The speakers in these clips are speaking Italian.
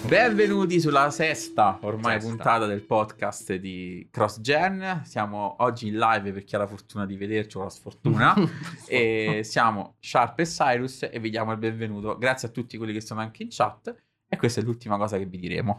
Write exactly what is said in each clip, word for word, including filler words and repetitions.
Benvenuti sulla sesta ormai Sesta. puntata del podcast di CrossGen. Siamo oggi in live per chi ha la fortuna di vederci o la sfortuna. E siamo Sharp e Cyrus e vi diamo il benvenuto. Grazie a tutti quelli che sono anche in chat. E questa è l'ultima cosa che vi diremo.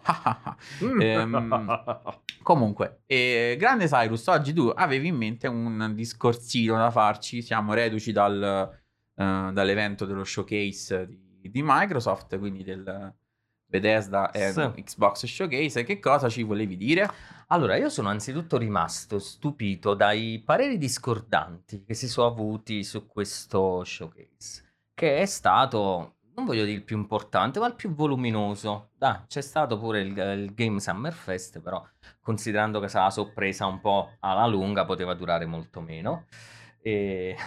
ehm, comunque, eh, grande Cyrus, oggi tu avevi in mente un discorsino da farci. Siamo reduci dal, eh, dall'evento dello showcase di, di Microsoft, quindi del Bethesda e Sì. Xbox Showcase. Che cosa ci volevi dire? Allora, io sono anzitutto rimasto stupito dai pareri discordanti che si sono avuti su questo showcase, che è stato, non voglio dire il più importante, ma il più voluminoso. Ah, c'è stato pure il, il Game Summer Fest, però considerando che sarà sorpresa un po' alla lunga, poteva durare molto meno. E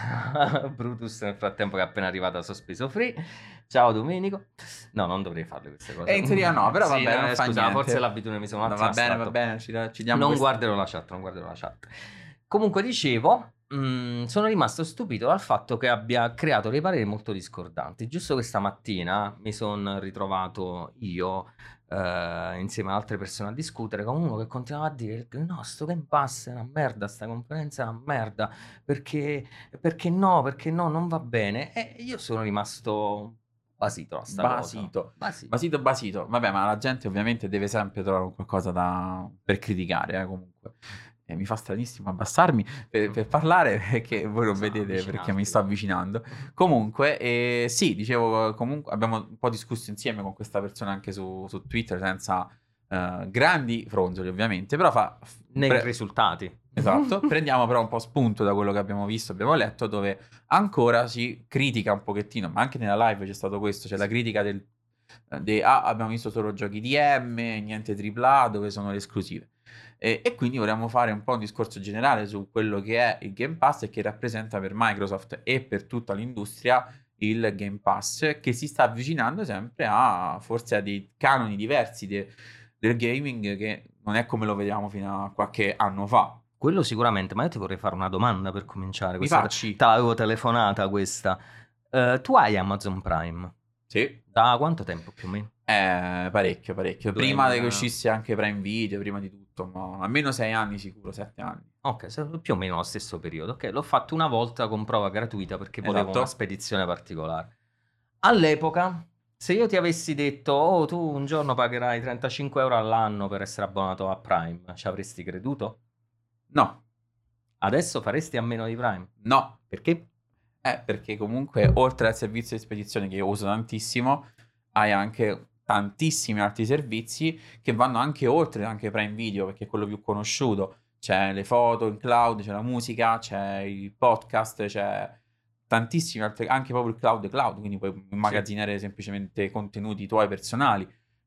Brutus nel frattempo che è appena arrivato a sospeso free. Ciao Domenico. No, non dovrei farle queste cose. E in teoria no, però va Sì, bene, no, non eh, fa scusa, niente. forse l'abitudine mi sono un No, attimo va bene, va astratto. bene, ci, ci diamo Non questo- guarderò la chat, non guarderò la chat. Comunque dicevo, mh, sono rimasto stupito dal fatto che abbia creato dei pareri molto discordanti. Giusto questa mattina mi sono ritrovato io eh, insieme ad altre persone a discutere con uno che continuava a dire no, sto Game Pass è una merda, sta conferenza è una merda, perché, perché no, perché no, non va bene. E io sono rimasto basito da sta basito. cosa. Basito. Basito, basito. Vabbè, ma la gente ovviamente deve sempre trovare un qualcosa da... per criticare, eh, comunque. E mi fa stranissimo abbassarmi per, per parlare perché voi non So, vedete perché avvicinarti. mi sto avvicinando. Comunque, eh, sì, dicevo, comunque abbiamo un po' discusso insieme con questa persona anche su, su Twitter senza eh, grandi fronzoli ovviamente, però fa... Nei pre- risultati. Esatto, prendiamo però un po' spunto da quello che abbiamo visto, abbiamo letto, dove ancora si critica un pochettino, ma anche nella live c'è stato questo, c'è la critica del de, ah, abbiamo visto solo giochi D M, niente tripla A, dove sono le esclusive. E, e quindi vorremmo fare un po' un discorso generale su quello che è il Game Pass e che rappresenta per Microsoft e per tutta l'industria il Game Pass, che si sta avvicinando sempre a forse a dei canoni diversi de, del gaming che non è come lo vediamo fino a qualche anno fa. Quello sicuramente, ma io ti vorrei fare una domanda per cominciare. Mi Questa facci? te l'avevo telefonata questa. Eh, tu hai Amazon Prime? Sì. Da quanto tempo più o meno? Eh, parecchio, parecchio. Prima duemila che uscisse anche Prime Video, prima di tutto, ma almeno sei anni sicuro, sette anni. Ok, se- più o meno lo stesso periodo. Ok, l'ho fatto una volta con prova gratuita perché volevo Esatto. una spedizione particolare. All'epoca, se io ti avessi detto, oh, tu un giorno pagherai trentacinque euro all'anno per essere abbonato a Prime, ci avresti creduto? No, Adesso faresti a meno di Prime? no. Perché? Eh, perché comunque oltre al servizio di spedizione che io uso tantissimo, hai anche tantissimi altri servizi che vanno anche oltre anche Prime Video, perché è quello più conosciuto. C'è le foto in cloud, c'è la musica, c'è il podcast, c'è tantissimi altri, anche proprio il cloud cloud, quindi puoi immagazzinare semplicemente contenuti tuoi personali.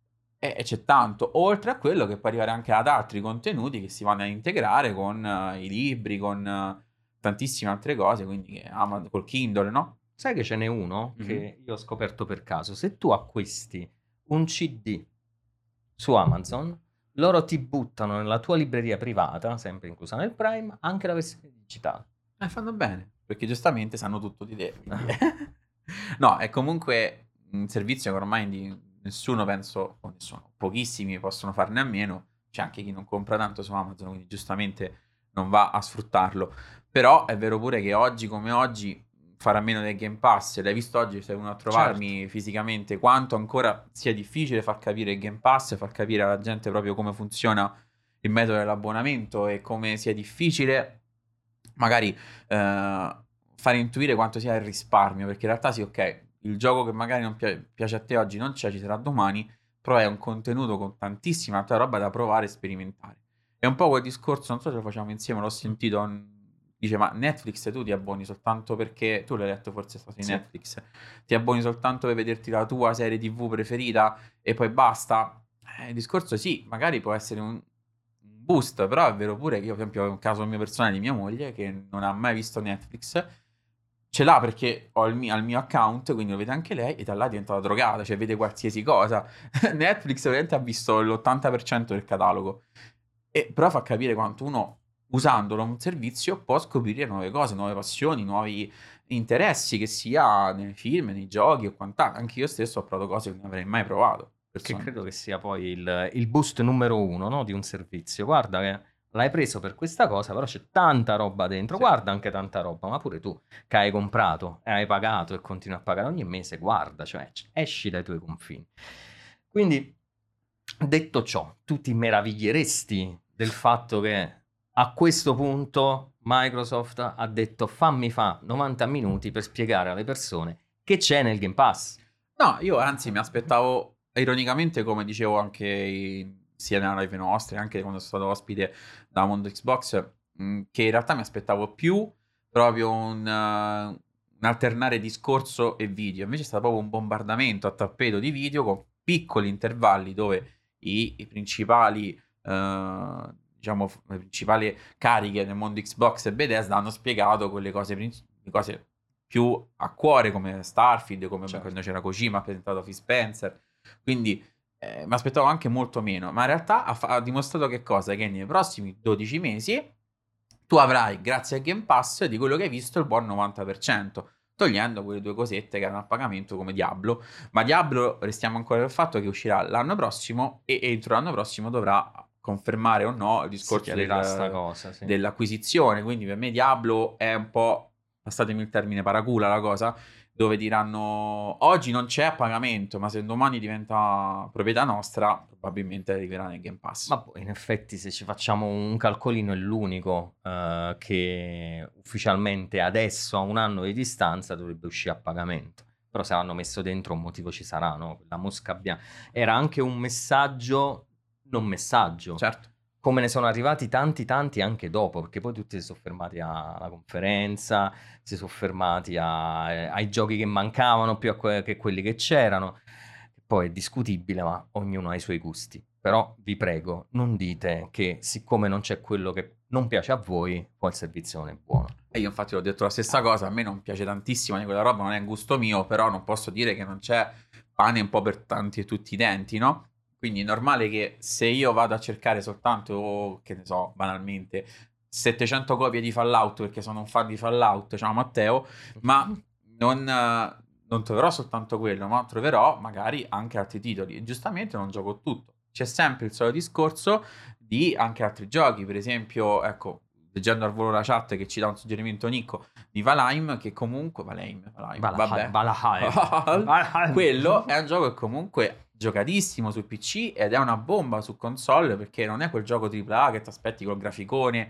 E, e c'è tanto, oltre a quello che puoi arrivare anche ad altri contenuti che si vanno a integrare con eh, i libri, con eh, tantissime altre cose, quindi che ama- col Kindle, no? Sai che ce n'è uno Mhm. che io ho scoperto per caso. Se tu acquisti un C D su Amazon, loro ti buttano nella tua libreria privata, sempre inclusa nel Prime, anche la versione digitale. Eh, fanno bene, perché giustamente sanno tutto di te. quindi- No, è comunque un servizio che ormai di- nessuno, penso, o nessuno, pochissimi possono farne a meno. C'è anche chi non compra tanto su Amazon, quindi giustamente non va a sfruttarlo. Però è vero pure che oggi come oggi fare a meno del Game Pass, l'hai visto oggi, sei venuto a trovarmi fisicamente, quanto ancora sia difficile far capire il Game Pass, far capire alla gente proprio come funziona il metodo dell'abbonamento e come sia difficile magari eh, fare intuire quanto sia il risparmio, perché in realtà sì, ok, il gioco che magari non pi- piace a te oggi non c'è, ci sarà domani, però è un contenuto con tantissima altra roba da provare e sperimentare. È un po' quel discorso, non so se lo facciamo insieme, l'ho sentito, mm, dice ma Netflix tu ti abboni soltanto perché, tu l'hai letto forse, è stato di Sì. Netflix, ti abboni soltanto per vederti la tua serie tivù preferita e poi basta? Eh, il discorso sì, magari può essere un boost, però è vero pure che io, per esempio, ho un caso mio personale di mia moglie che non ha mai visto Netflix, ce l'ha perché ho il mio, al mio account, quindi lo vede anche lei, e da là è diventata drogata, cioè vede qualsiasi cosa. Netflix veramente ha visto l'ottanta per cento del catalogo, e però fa capire quanto uno, usandolo un servizio, può scoprire nuove cose, nuove passioni, nuovi interessi, che sia nei film, nei giochi o quant'altro. Anche io stesso ho provato cose che non avrei mai provato. Che credo che sia poi il, il boost numero uno, no, di un servizio. Guarda che l'hai preso per questa cosa, però c'è tanta roba dentro. Sì. Guarda anche tanta roba, ma pure tu che hai comprato e hai pagato e continui a pagare ogni mese, guarda, cioè esci dai tuoi confini. Quindi, detto ciò, tu ti meraviglieresti del fatto che a questo punto Microsoft ha detto fammi fa novanta minuti per spiegare alle persone che c'è nel Game Pass. No, io anzi mi aspettavo, ironicamente, come dicevo anche in- sia nella live nostra, anche quando sono stato ospite da Mondo Xbox, mh, che in realtà mi aspettavo più proprio un, eh, un alternare discorso e video. Invece è stato proprio un bombardamento a tappeto di video con piccoli intervalli dove i, i principali, eh, diciamo, f- le principali cariche nel mondo Xbox e Bethesda hanno spiegato quelle cose, princi- le cose più a cuore come Starfield, come Certo. quando c'era Kojima, ha presentato Phil Spencer. Quindi eh, mi aspettavo anche molto meno. Ma in realtà ha, fa- ha dimostrato che cosa? Che nei prossimi dodici mesi tu avrai, grazie al Game Pass, di quello che hai visto il buon novanta per cento. Togliendo quelle due cosette che erano a pagamento come Diablo. Ma Diablo restiamo ancora del fatto che uscirà l'anno prossimo e entro l'anno prossimo dovrà confermare o no il Si discorso chiarirà sta del- cosa, sì. dell'acquisizione. Quindi per me Diablo è un po', passatemi il termine, paracula la cosa, dove diranno oggi non c'è a pagamento, ma se domani diventa proprietà nostra, probabilmente arriverà nel Game Pass. Ma poi in effetti se ci facciamo un calcolino è l'unico eh, che ufficialmente adesso a un anno di distanza dovrebbe uscire a pagamento. Però se l'hanno messo dentro un motivo ci sarà, no? La mosca bianca. Era anche un messaggio, non messaggio. Certo. Come ne sono arrivati tanti tanti anche dopo, perché poi tutti si sono fermati alla conferenza, si sono fermati a- eh, ai giochi che mancavano più a que- che quelli che c'erano. Poi è discutibile, ma ognuno ha i suoi gusti. Però vi prego, non dite che siccome non c'è quello che non piace a voi, poi il servizio non è buono. E io infatti ho detto la stessa cosa, a me non piace tantissimo di quella roba, non è un gusto mio, però non posso dire che non c'è pane un po' per tanti e tutti i denti, no? Quindi è normale che se io vado a cercare soltanto, che ne so, banalmente, settecento copie di Fallout perché sono un fan di Fallout, ciao Matteo, ma non, eh, non troverò soltanto quello, ma troverò magari anche altri titoli. E giustamente non gioco tutto. C'è sempre il solito discorso di anche altri giochi, per esempio, ecco, leggendo al volo la chat che ci dà un suggerimento Nicco di Valheim, che comunque Valheim, Valheim, Valheim, vabbè. Valheim. Valheim. Quello è un gioco che comunque giocatissimo su P C ed è una bomba su console perché non è quel gioco tripla A che ti aspetti col graficone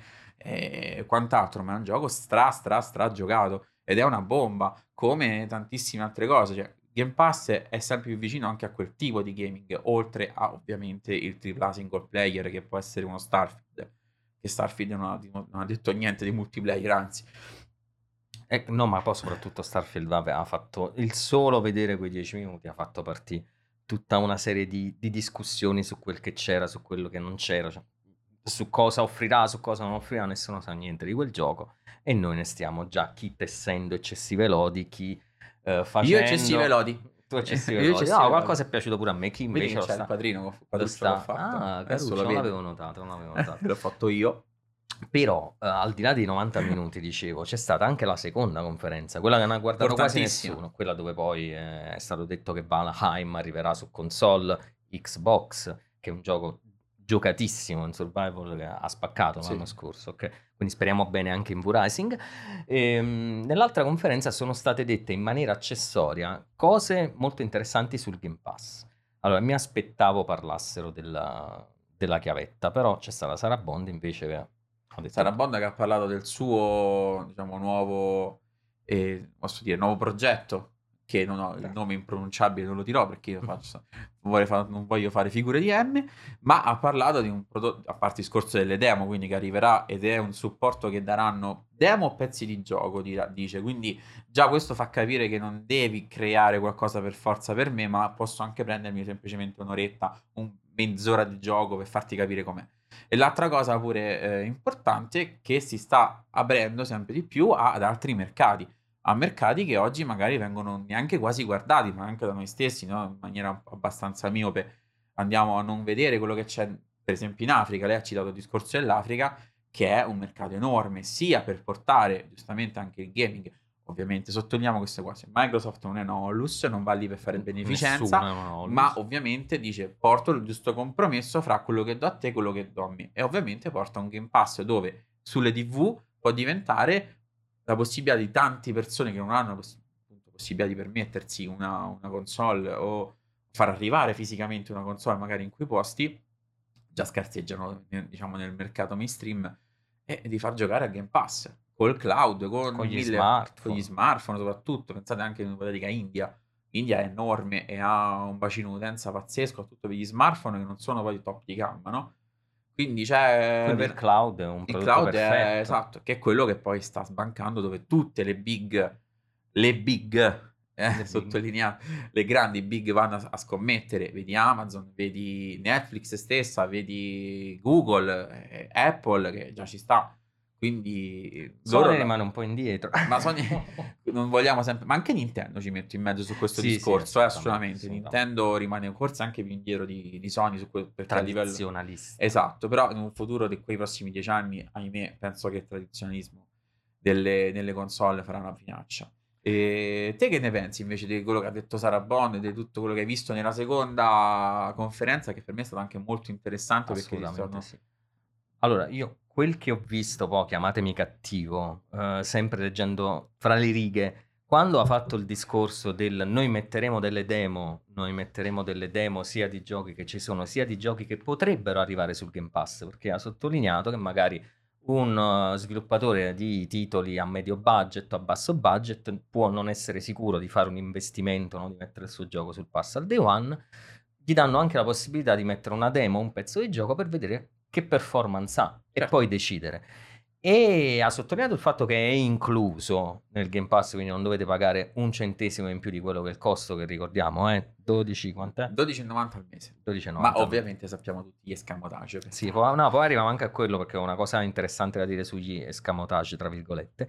e quant'altro, ma è un gioco stra stra stra giocato ed è una bomba come tantissime altre cose, cioè Game Pass è sempre più vicino anche a quel tipo di gaming, oltre a ovviamente il tripla A single player che può essere uno Starfield, che Starfield non ha, non ha detto niente di multiplayer, anzi. Eh, no, ma poi soprattutto Starfield vabbè, ha fatto il solo vedere quei dieci minuti, ha fatto partire tutta una serie di, di discussioni su quel che c'era, su quello che non c'era, cioè, su cosa offrirà, su cosa non offrirà, nessuno sa niente di quel gioco e noi ne stiamo già chi tessendo eccessive lodi, chi eh, facendo... Io eccessive lodi. Tu eccessive Io lodi. eccessive No, lodi. qualcosa è piaciuto pure a me, chi Vedi invece che lo c'è sta... il padrino, lo lo sta... l'ho fatto. Ah, Adesso caruccio, lo non vedi. l'avevo notato, non l'avevo notato. L'ho fatto io. Però, eh, al di là dei novanta minuti, dicevo, c'è stata anche la seconda conferenza, quella che non ha guardato quasi Importantissimo. nessuno, quella dove poi eh, è stato detto che Valheim arriverà su console Xbox, che è un gioco giocatissimo, un survival che ha spaccato Sì. l'anno scorso, ok? Quindi speriamo bene anche in V-Rising. Ehm, nell'altra conferenza sono state dette in maniera accessoria cose molto interessanti sul Game Pass. Allora, mi aspettavo parlassero della, della chiavetta, però c'è stata Sara Bond invece che ha detto Sarà Bonda che ha parlato del suo, diciamo, nuovo, eh, posso dire, nuovo progetto, che non ho il nome impronunciabile, non lo dirò perché io faccio, non, voglio fa- non voglio fare figure di M, ma ha parlato di un prodotto, a parte il discorso delle demo, quindi che arriverà ed è un supporto che daranno demo o pezzi di gioco, dirà- dice, quindi già questo fa capire che non devi creare qualcosa per forza per me, ma posso anche prendermi semplicemente un'oretta, un mezz'ora di gioco per farti capire com'è. E l'altra cosa pure eh, importante è che si sta aprendo sempre di più ad altri mercati, a mercati che oggi magari vengono neanche quasi guardati, ma anche da noi stessi, no? In maniera abbastanza miope. Andiamo a non vedere quello che c'è, per esempio, in Africa. Lei ha citato il discorso dell'Africa, che è un mercato enorme, sia per portare giustamente anche il gaming, ovviamente sottolineiamo queste cose, Microsoft non è una Onlus, non va lì per fare beneficenza, Nessuno, ma ovviamente dice porto il giusto compromesso fra quello che do a te e quello che do a me, e ovviamente porta un Game Pass dove sulle tivù può diventare la possibilità di tante persone che non hanno poss- appunto, possibilità di permettersi una, una console o far arrivare fisicamente una console magari in quei posti, già scarseggiano nel- diciamo nel mercato mainstream, e di far giocare a Game Pass col cloud, con con gli mille con gli smartphone. smartphone soprattutto. Pensate anche all'ipotetica India. L'India è enorme e ha un bacino d'utenza pazzesco, ha tutto per gli smartphone che non sono poi top di gamma, no? Quindi c'è Quindi il per- cloud è un il prodotto cloud è perfetto. esatto, che è quello che poi sta sbancando, dove tutte le big, le big, eh, Le big. sottolinea, le grandi big vanno a, a scommettere. Vedi Amazon, vedi Netflix stessa, vedi Google, eh, Apple che già ci sta. Quindi loro Sony la- rimane un po' indietro. ma Sony non vogliamo sempre, ma anche Nintendo ci metto in mezzo su questo Sì, sì, discorso, eh, assolutamente, assolutamente. assolutamente. Nintendo rimane forse anche più indietro di, di Sony su que- perché a livello Tradizionalista. esatto, però in un futuro di quei prossimi dieci anni, ahimè, penso che il tradizionalismo delle, delle console farà una finaccia. E te che ne pensi invece di quello che ha detto Sara Bond e di tutto quello che hai visto nella seconda conferenza, che per me è stata anche molto interessante perché ci Assolutamente sono... sì. Allora, io quel che ho visto, poi chiamatemi cattivo, eh, sempre leggendo fra le righe, quando ha fatto il discorso del noi metteremo delle demo, noi metteremo delle demo sia di giochi che ci sono, sia di giochi che potrebbero arrivare sul Game Pass, perché ha sottolineato che magari un uh, sviluppatore di titoli a medio budget o a basso budget può non essere sicuro di fare un investimento, no? Di mettere il suo gioco sul pass al day one, gli danno anche la possibilità di mettere una demo, un pezzo di gioco per vedere che performance ha e Certo. poi decidere. E ha sottolineato il fatto che è incluso nel Game Pass, quindi non dovete pagare un centesimo in più di quello che è il costo, che ricordiamo, eh? dodici, quant'è? dodici e novanta al mese. dodici e Ma novanta. ovviamente sappiamo tutti gli escamotage. perché- Sì, poi, no, poi arriviamo anche a quello perché è una cosa interessante da dire sugli escamotage, tra virgolette.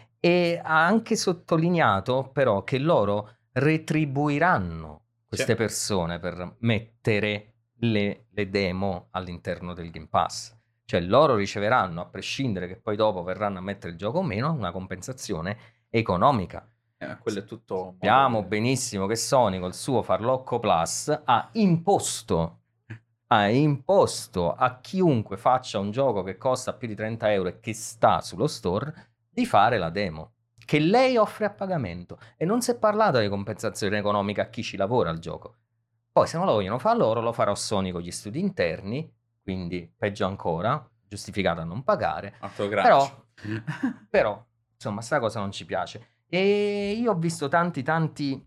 E ha anche sottolineato però che loro retribuiranno queste Sì. persone per mettere le, le demo all'interno del Game Pass. Cioè loro riceveranno, a prescindere che poi dopo verranno a mettere il gioco o meno, una compensazione economica. Eh, quello è tutto modo Sappiamo per- benissimo che Sony col suo Farlocco Plus ha imposto ha imposto a chiunque faccia un gioco che costa più di trenta euro e che sta sullo store di fare la demo, che lei offre a pagamento. E non si è parlato di compensazione economica a chi ci lavora al gioco. Poi se non lo vogliono fare loro, lo farà Sony con gli studi interni, quindi peggio ancora, giustificato a non pagare. Altro crunch. Però, però, insomma, sta cosa non ci piace. E io ho visto tanti, tanti,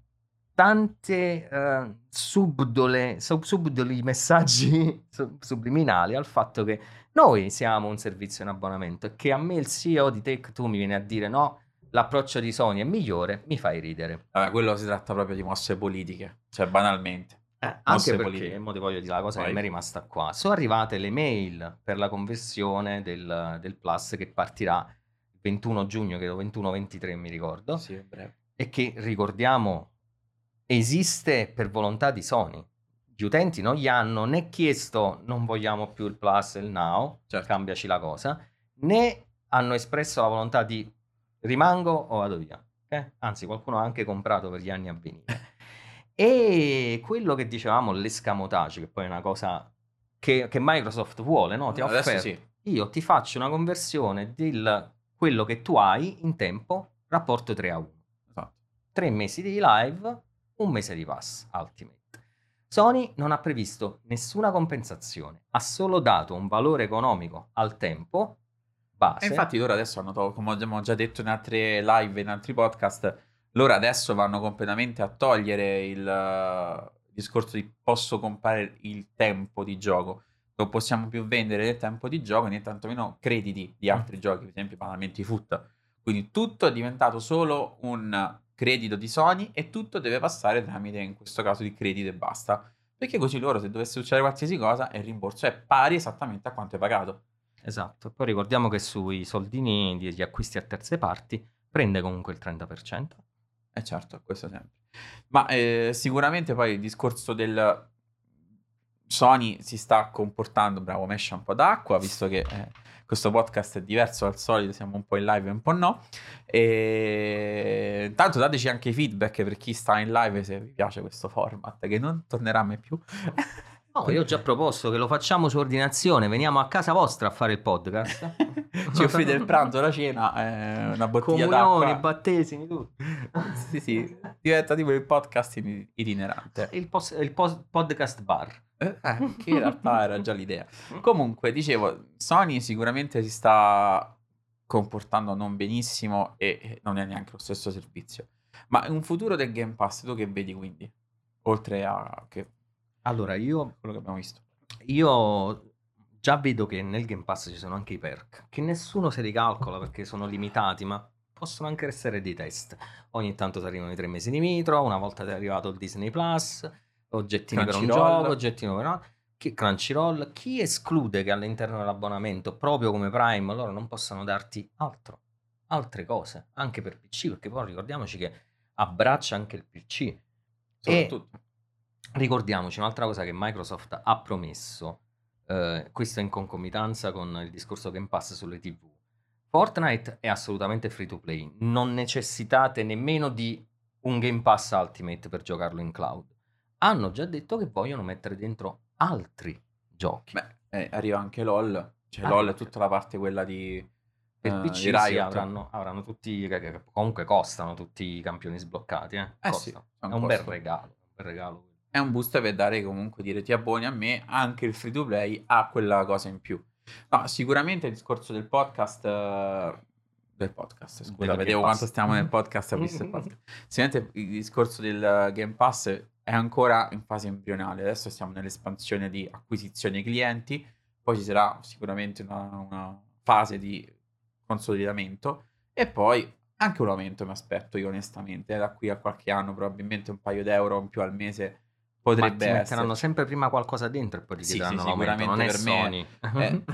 tante eh, subdole, sub- subdoli messaggi sub- subliminali al fatto che noi siamo un servizio in abbonamento e che a me il C E O di Take-Two mi viene a dire no, l'approccio di Sony è migliore, mi fai ridere. Vabbè, quello si tratta proprio di mosse politiche, cioè banalmente. Eh, anche Mosse perché, politiche. mo ti voglio dire la cosa che Vai. mi è rimasta qua, sono arrivate le mail per la conversione del, del Plus che partirà il ventuno giugno, credo ventuno ventitré mi ricordo, Sì, è breve. e che ricordiamo esiste per volontà di Sony. Gli utenti non gli hanno né chiesto non vogliamo più il Plus e il Now, Certo. cambiaci la cosa, né hanno espresso la volontà di rimango o vado via. ok? Anzi, qualcuno ha anche comprato per gli anni a venire. E quello che dicevamo, l'escamotage, che poi è una cosa che, che Microsoft vuole, no? Ti ha Adesso offerto. sì. Io ti faccio una conversione di quello che tu hai in tempo, rapporto tre a uno. Esatto. Tre mesi di live, un mese di pass Ultimate. Sony non ha previsto nessuna compensazione, ha solo dato un valore economico al tempo base. E infatti loro adesso hanno, to- come abbiamo già detto in altre live, in altri podcast, loro adesso vanno completamente a togliere il uh, discorso di posso comprare il tempo di gioco. Non possiamo più vendere del tempo di gioco né tantomeno crediti di altri giochi, per esempio banalmente i foot. Quindi tutto è diventato solo un credito di Sony e tutto deve passare tramite, in questo caso, di credito e basta. Perché così loro, se dovesse succedere qualsiasi cosa, il rimborso è pari esattamente a quanto hai pagato. Esatto, poi ricordiamo che sui soldini degli acquisti a terze parti prende comunque il trenta per cento. Eh certo, questo sempre. Ma eh, sicuramente poi il discorso del Sony si sta comportando, bravo, mescia un po' d'acqua, visto che eh, questo podcast è diverso dal solito, siamo un po' in live e un po' no. E intanto dateci anche i feedback per chi sta in live se vi piace questo format, che non tornerà mai più. No, io ho già proposto che lo facciamo su ordinazione, veniamo a casa vostra a fare il podcast. Ci offrite il pranzo, la cena, eh, una bottiglia Comunioni, d'acqua. battesimi, tutto. Sì, sì, diventa tipo il podcast in- itinerante. Il, pos- il pos- podcast bar. Eh, eh, che in realtà era già l'idea. Comunque, dicevo, Sony sicuramente si sta comportando non benissimo e e non è neanche lo stesso servizio. Ma un futuro del Game Pass, tu che vedi quindi? Oltre a che, Allora, io, quello che abbiamo visto. io già vedo che nel Game Pass ci sono anche i perk, che nessuno se li calcola perché sono limitati, ma possono anche essere dei test. Ogni tanto ti arrivano i tre mesi di Mitro, una volta ti è arrivato il Disney Plus, oggettini per un Crunchyroll. gioco, oggettini per un altro. Chi, Crunchyroll, chi esclude che all'interno dell'abbonamento, proprio come Prime, loro non possano darti altro, altre cose, anche per P C, perché poi ricordiamoci che abbraccia anche il P C. Soprattutto. Ricordiamoci un'altra cosa che Microsoft ha promesso, eh, questo in concomitanza con il discorso Game Pass sulle T V. Fortnite è assolutamente free to play, non necessitate nemmeno di un Game Pass Ultimate per giocarlo in cloud. Hanno già detto che vogliono mettere dentro altri giochi. Beh, eh, arriva anche LOL. Cioè, Ah, LOL è ok. tutta la parte quella di, Per eh, P C di sì, Riot. avranno, avranno tutti, che, che comunque costano tutti i campioni sbloccati, eh? Eh sì, Costano. è un È un bel costo. regalo, un bel regalo. È un boost per dare comunque dire ti abboni a me, anche il free to play ha quella cosa in più. No, sicuramente il discorso del podcast, eh, del podcast, scusa, Del Game vedevo Pass. quanto stiamo nel podcast e ho visto il podcast. Sicuramente il discorso del Game Pass è ancora in fase embrionale, adesso siamo nell'espansione di acquisizione clienti, poi ci sarà sicuramente una, una fase di consolidamento e poi anche un aumento mi aspetto io onestamente, eh, da qui a qualche anno probabilmente un paio d'euro in più al mese Ma potrebbe ti metteranno esserci. sempre prima qualcosa dentro e poi ti Sì, sì, chiederanno l'aumento, non sicuramente è per me Sony. eh,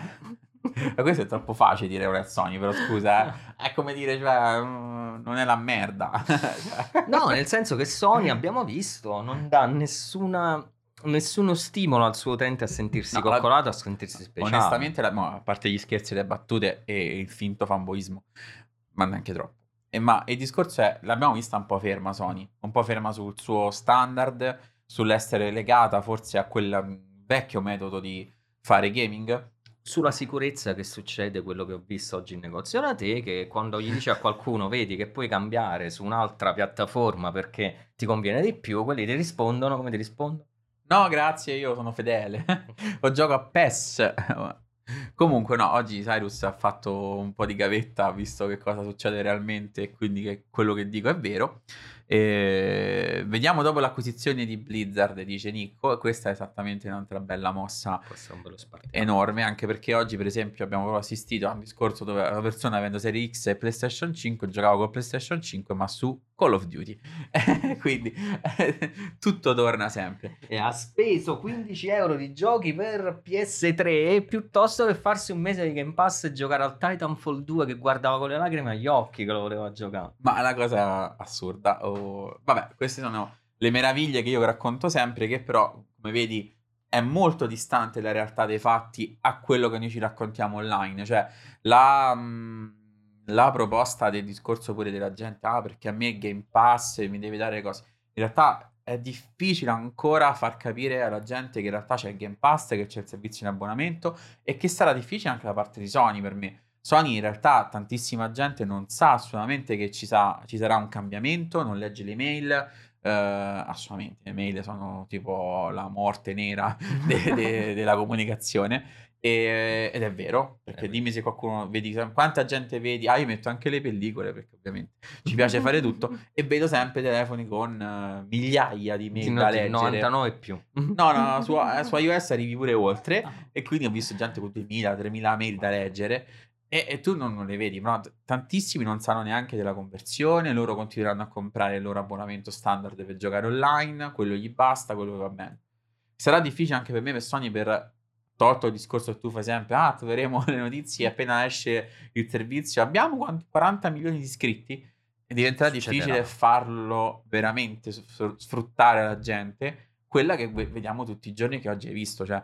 ma questo è troppo facile dire non è Sony, però scusa, eh. È come dire, cioè, mm, non è la merda. Cioè. No, nel senso che Sony, abbiamo visto, non dà nessuna, nessuno stimolo al suo utente a sentirsi No, la- coccolato, a sentirsi speciale. Onestamente, la- mo, a parte gli scherzi e le battute e il finto fanboismo, ma neanche troppo. E, ma il discorso è, l'abbiamo vista un po' ferma Sony, un po' ferma sul suo standard, sull'essere legata forse a quel mm, vecchio metodo di fare gaming. Sulla sicurezza che succede quello che ho visto oggi in negozio da te, che quando gli dici a qualcuno vedi che puoi cambiare su un'altra piattaforma perché ti conviene di più, quelli ti rispondono, come ti rispondono? No, grazie, io sono fedele. Ho gioco a PES. Comunque, no, oggi Cyrus ha fatto un po' di gavetta, ha visto che cosa succede realmente e quindi che quello che dico è vero. E vediamo dopo l'acquisizione di Blizzard, dice Nicco, e questa è esattamente un'altra bella mossa Questo è un bello spartiacque. enorme, anche perché oggi per esempio abbiamo proprio assistito a un discorso dove una persona avendo Serie X e PlayStation cinque giocava con PlayStation cinque ma su Call of Duty. Quindi tutto torna sempre. E ha speso quindici euro di giochi per P S tre piuttosto che farsi un mese di Game Pass e giocare al Titanfall due che guardava con le lacrime agli occhi che lo voleva giocare. Ma è una cosa assurda. Oh, vabbè, queste sono le meraviglie che io racconto sempre, che però, come vedi, è molto distante la realtà dei fatti a quello che noi ci raccontiamo online. Cioè, la, mh, la proposta del discorso pure della gente, ah, perché a me Game Pass mi deve dare cose. In realtà è difficile ancora far capire alla gente che in realtà c'è il Game Pass, che c'è il servizio in abbonamento e che sarà difficile anche da parte di Sony per me. Sony in realtà tantissima gente non sa assolutamente che ci, sa, ci sarà un cambiamento, non legge le mail, eh, assolutamente, le mail sono tipo la morte nera de- de- della comunicazione e- ed è vero, perché Eh, dimmi se qualcuno vedi quanta gente vedi, ah io metto anche le pellicole perché ovviamente ci piace fare tutto e vedo sempre telefoni con eh, migliaia di mail Di da no- di leggere. novantanove più. No, no, su, eh, su iOS arrivi pure oltre Ah. e quindi ho visto gente con duemila tremila mail da leggere e, e tu non, non le vedi, però t- tantissimi non sanno neanche della conversione, loro continueranno a comprare il loro abbonamento standard per giocare online, quello gli basta, quello va bene. Sarà difficile anche per me per Sony per, tolto il discorso che tu fai sempre, ah, troveremo le notizie appena esce il servizio, abbiamo quanti- quaranta milioni di iscritti e diventerà Succederà. difficile farlo veramente s- sfruttare alla gente quella che ve- vediamo tutti i giorni che oggi hai visto, cioè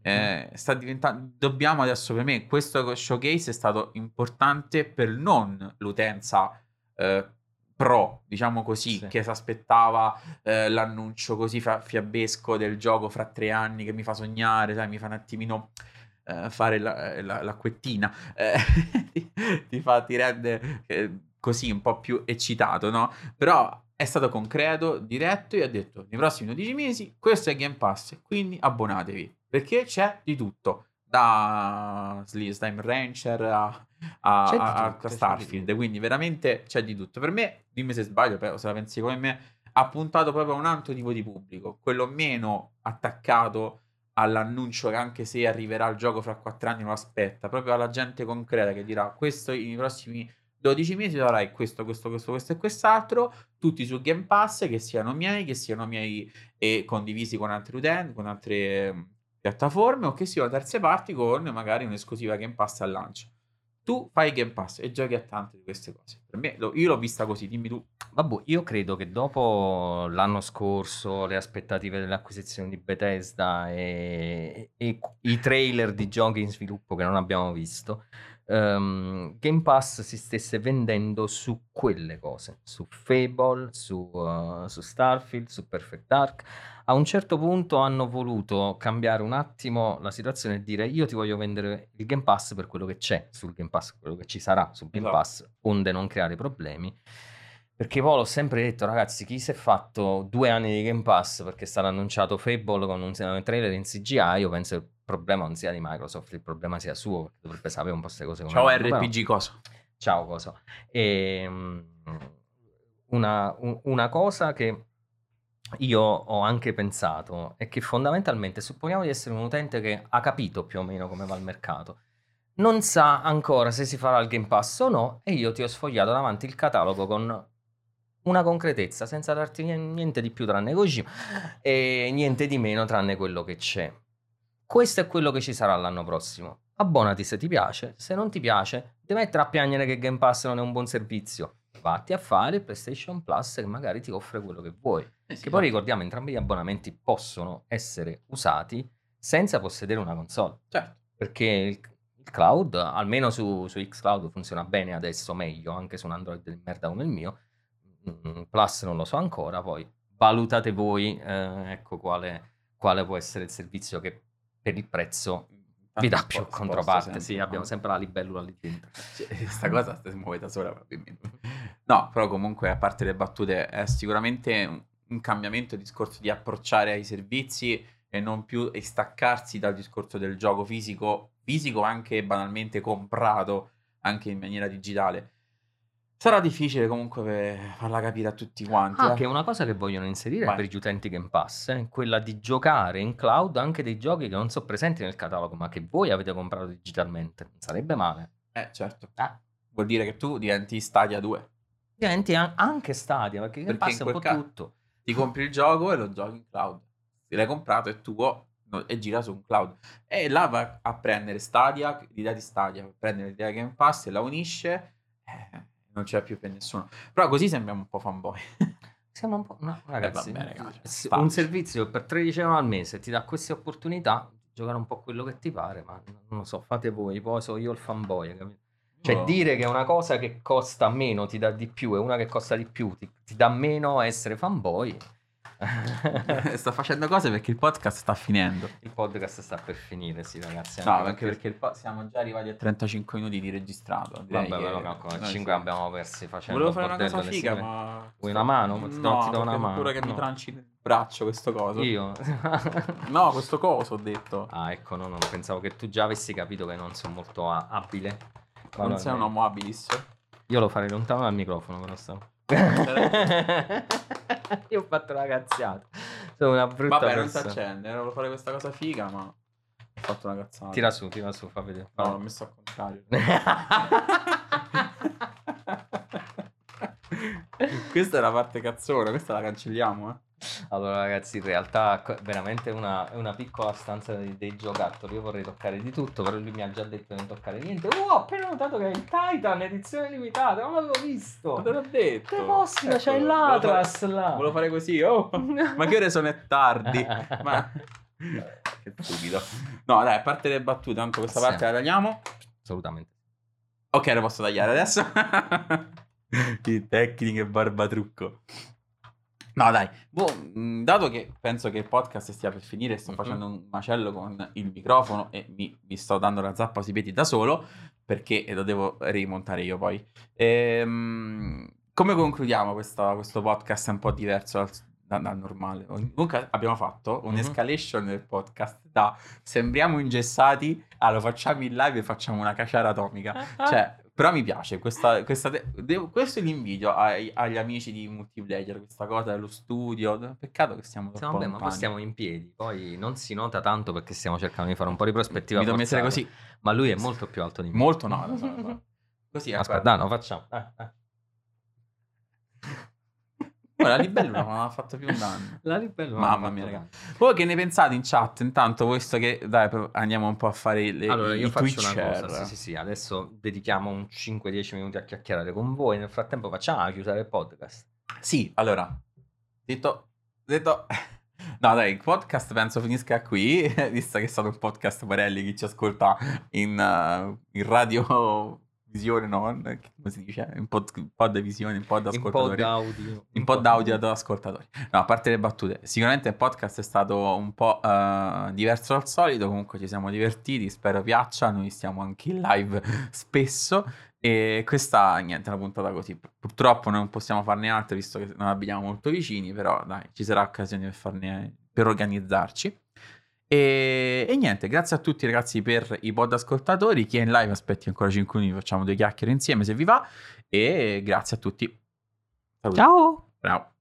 Eh, sta diventando, dobbiamo adesso, per me questo showcase è stato importante per non l'utenza eh, pro, diciamo così, Sì. che si aspettava eh, l'annuncio così fa- fiabesco del gioco fra tre anni che mi fa sognare, sai, mi fa un attimino eh, fare la, la- l'acquettina, eh, ti, ti fa, ti rende eh, così un po' più eccitato, no? Però è stato concreto, diretto e ha detto nei prossimi dodici mesi questo è Game Pass, quindi abbonatevi, perché c'è di tutto, da Slime Rancher a, a, C'è di a- a tutto, c'è di Starfield, tutto. quindi veramente c'è di tutto. Per me, dimmi se sbaglio, però, se la pensi come me, ha puntato proprio a un altro tipo di pubblico, quello meno attaccato all'annuncio che anche se arriverà il gioco fra quattro anni lo aspetta, proprio alla gente concreta che dirà questo nei prossimi dodici mesi avrai questo, questo, questo, questo e quest'altro, tutti su Game Pass, che siano miei, che siano miei e condivisi con altri utenti, con altre eh, piattaforme o che siano terze parti con magari un'esclusiva Game Pass al lancio. Tu fai Game Pass e giochi a tante di queste cose. Per me, lo- io l'ho vista così, dimmi tu. Vabbè, io credo che dopo l'anno scorso, le aspettative dell'acquisizione di Bethesda e, e i trailer di giochi in sviluppo che non abbiamo visto, ehm, Game Pass si stesse vendendo su quelle cose, su Fable, su, uh, su Starfield, su Perfect Dark. A un certo punto hanno voluto cambiare un attimo la situazione e dire io ti voglio vendere il Game Pass per quello che c'è sul Game Pass, quello che ci sarà sul Game Esatto. Pass, onde non creare problemi. Perché poi l'ho sempre detto, ragazzi, chi si è fatto due anni di Game Pass perché è stato annunciato Fable con un trailer in C G I, io penso che il problema non sia di Microsoft, il problema sia suo, perché dovrebbe sapere un po' queste cose come Ciao vanno, però... R P G cosa? Ciao, cosa? E, una, un- una cosa che io ho anche pensato è che fondamentalmente, supponiamo di essere un utente che ha capito più o meno come va il mercato, non sa ancora se si farà il Game Pass o no, e io ti ho sfogliato davanti il catalogo con una concretezza, senza darti niente di più tranne Kojima e niente di meno tranne quello che c'è. Questo è quello che ci sarà l'anno prossimo. Abbonati se ti piace, se non ti piace, ti mettere a piangere che Game Pass non è un buon servizio. Vatti a fare il PlayStation Plus che magari ti offre quello che vuoi. Eh sì, Che poi certo. ricordiamo, entrambi gli abbonamenti possono essere usati senza possedere una console. Certo. Perché il, il cloud, almeno su, su xCloud, funziona bene adesso, meglio, anche su un Android di merda come il mio. Mm, Plus non lo so ancora, poi valutate voi, eh, ecco quale, quale può essere il servizio che per il prezzo vi Tanto dà spo- più sposta controparte. sempre, Sì, no? abbiamo sempre la libellula lì dentro. Cioè, sta cosa si muove da sola probabilmente. No, però comunque a parte le battute è sicuramente un, un cambiamento il discorso di approcciare ai servizi e non più e staccarsi dal discorso del gioco fisico, fisico anche banalmente comprato anche in maniera digitale. Sarà difficile comunque per farla capire a tutti quanti, Ah, eh. che è una cosa che vogliono inserire Vai. per gli utenti Game Pass, eh, quella di giocare in cloud anche dei giochi che non sono presenti nel catalogo, ma che voi avete comprato digitalmente. Non sarebbe male. Eh, certo. Ah, Vuol dire che tu diventi Stadia due. diventi an- anche Stadia, perché Game Perché Pass in è un quel po' caso tutto. ti compri il gioco e lo giochi in cloud. Se l'hai comprato è tuo no- e gira su un cloud. E là va a prendere Stadia, l'idea di Stadia, va a prendere l'idea di Game Pass e la unisce. Eh, non c'è più per nessuno. Però così sembriamo un po' fanboy. Siamo un po'... No, Eh, ragazzi, vabbè, ragazzi, s- sta. un servizio per tredici euro al mese ti dà queste opportunità, giocare un po' quello che ti pare, ma non lo so, fate voi, poi so io il fanboy, capito? Cioè Oh. dire che una cosa che costa meno ti dà di più e una che costa di più ti, ti dà meno essere fanboy. Sta facendo cose perché il podcast sta finendo. Il podcast sta per finire, sì, ragazzi. No, anche anche perché il po- siamo già arrivati a trentacinque minuti di registrato. Direi Vabbè, che però calcola, noi cinque sì. abbiamo persi facendo Volevo il fare una bordello cosa alle figa, sigle. ma... Vuoi una mano? Ti do- No, ti do una perché ho mano. paura che mi No. tranci il braccio questo coso. Io? No, questo coso ho detto. Ah, ecco, no, no, pensavo che tu già avessi capito che non sono molto a- abile. Ma Non no, sei un no. uomo habilis? Io lo farei lontano dal microfono, però stavo. Io ho fatto una cazzata. Sono una brutta Vabbè, non si persona. accende. Volevo fare questa cosa figa, ma ho fatto una cazzata. Tira su, tira su, fa vedere. No, fa l'ho messo al contrario. Questa è la parte cazzona, questa la cancelliamo, eh. Allora, ragazzi, in realtà è veramente una, è una piccola stanza dei, dei giocattoli. Io vorrei toccare di tutto, però lui mi ha già detto di non toccare niente. Oh, ho appena notato che è il Titan, edizione limitata, non l'avevo visto. Te l'ho detto. Che possibile, Ecco, c'è volevo l'Atlas fare- là. Volevo fare così, oh, ma che ore sono? È tardi. Ma... Che stupido. No, dai, a parte le battute, tanto questa Sì. parte la tagliamo. Assolutamente. Ok, lo posso tagliare adesso. Di tecniche e barbatrucco. No, dai, boh, mh, dato che penso che il podcast stia per finire, sto Mhm. facendo un macello con il microfono e mi, mi sto dando la zappa sui piedi da solo, perché lo devo rimontare io poi. Ehm, come concludiamo questa- questo podcast un po' diverso dal, da- dal normale? Comunque abbiamo fatto Mhm. un'escalation del podcast da sembriamo ingessati a lo facciamo in live e facciamo una caciara atomica. Cioè, però mi piace questa, questa te- devo- questo è l'invidio ai- agli amici di Multiplayer, questa cosa dello studio. Peccato che stiamo Sì, troppo vabbè, ma poi lontani. stiamo in piedi, poi non si nota tanto perché stiamo cercando di fare un po' di prospettiva Mi devo mettere forzata, così. ma lui è molto più alto di me. Molto no, lo so, lo so. Così, Aspetta, guarda. dai, lo facciamo. Eh, eh. Oh, la libellula non ha fatto più un danno. La libellula Mamma non ha mia, fatto raga. tanto. Voi che ne pensate in chat? Intanto, visto che dai, pro- andiamo un po' a fare le, Allora, i, io i faccio una Twitcher. cosa, sì, sì, sì, adesso dedichiamo un cinque dieci minuti a chiacchierare con voi, nel frattempo facciamo la chiusura del podcast. Sì, allora, detto, detto... No, dai, il podcast penso finisca qui, visto che è stato un podcast Barelli, chi ci ascolta in, uh, in radio visione, no? Come si dice? In pod, pod visione, in pod Un po' ascoltatori. d'audio. In pod audio ad ascoltatori. No, a parte le battute, sicuramente il podcast è stato un po' uh, diverso dal solito, comunque ci siamo divertiti, spero piaccia, noi stiamo anche in live spesso. E questa, niente, è una puntata così. Purtroppo non possiamo farne altre visto che non abitiamo molto vicini, però dai, ci sarà occasione per farne, per organizzarci. E, e niente, grazie a tutti ragazzi per i pod ascoltatori. Chi è in live aspetti ancora cinque minuti, facciamo due chiacchiere insieme se vi va. E grazie a tutti. Saluti. Ciao! Ciao.